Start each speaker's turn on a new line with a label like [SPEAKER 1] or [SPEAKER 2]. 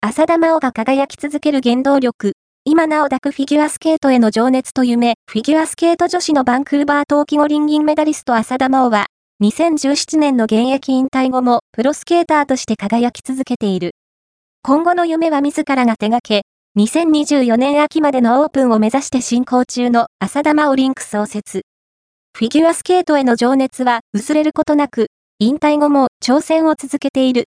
[SPEAKER 1] 浅田真央が輝き続ける原動力。今なお抱くフィギュアスケートへの情熱と夢。フィギュアスケート女子のバンクーバー冬季五輪銀メダリスト浅田真央は、2017年の現役引退後もプロスケーターとして輝き続けている。今後の夢は自らが手掛け、2024年秋までのオープンを目指して進行中の浅田真央リンク創設。フィギュアスケートへの情熱は薄れることなく、引退後も挑戦を続けている。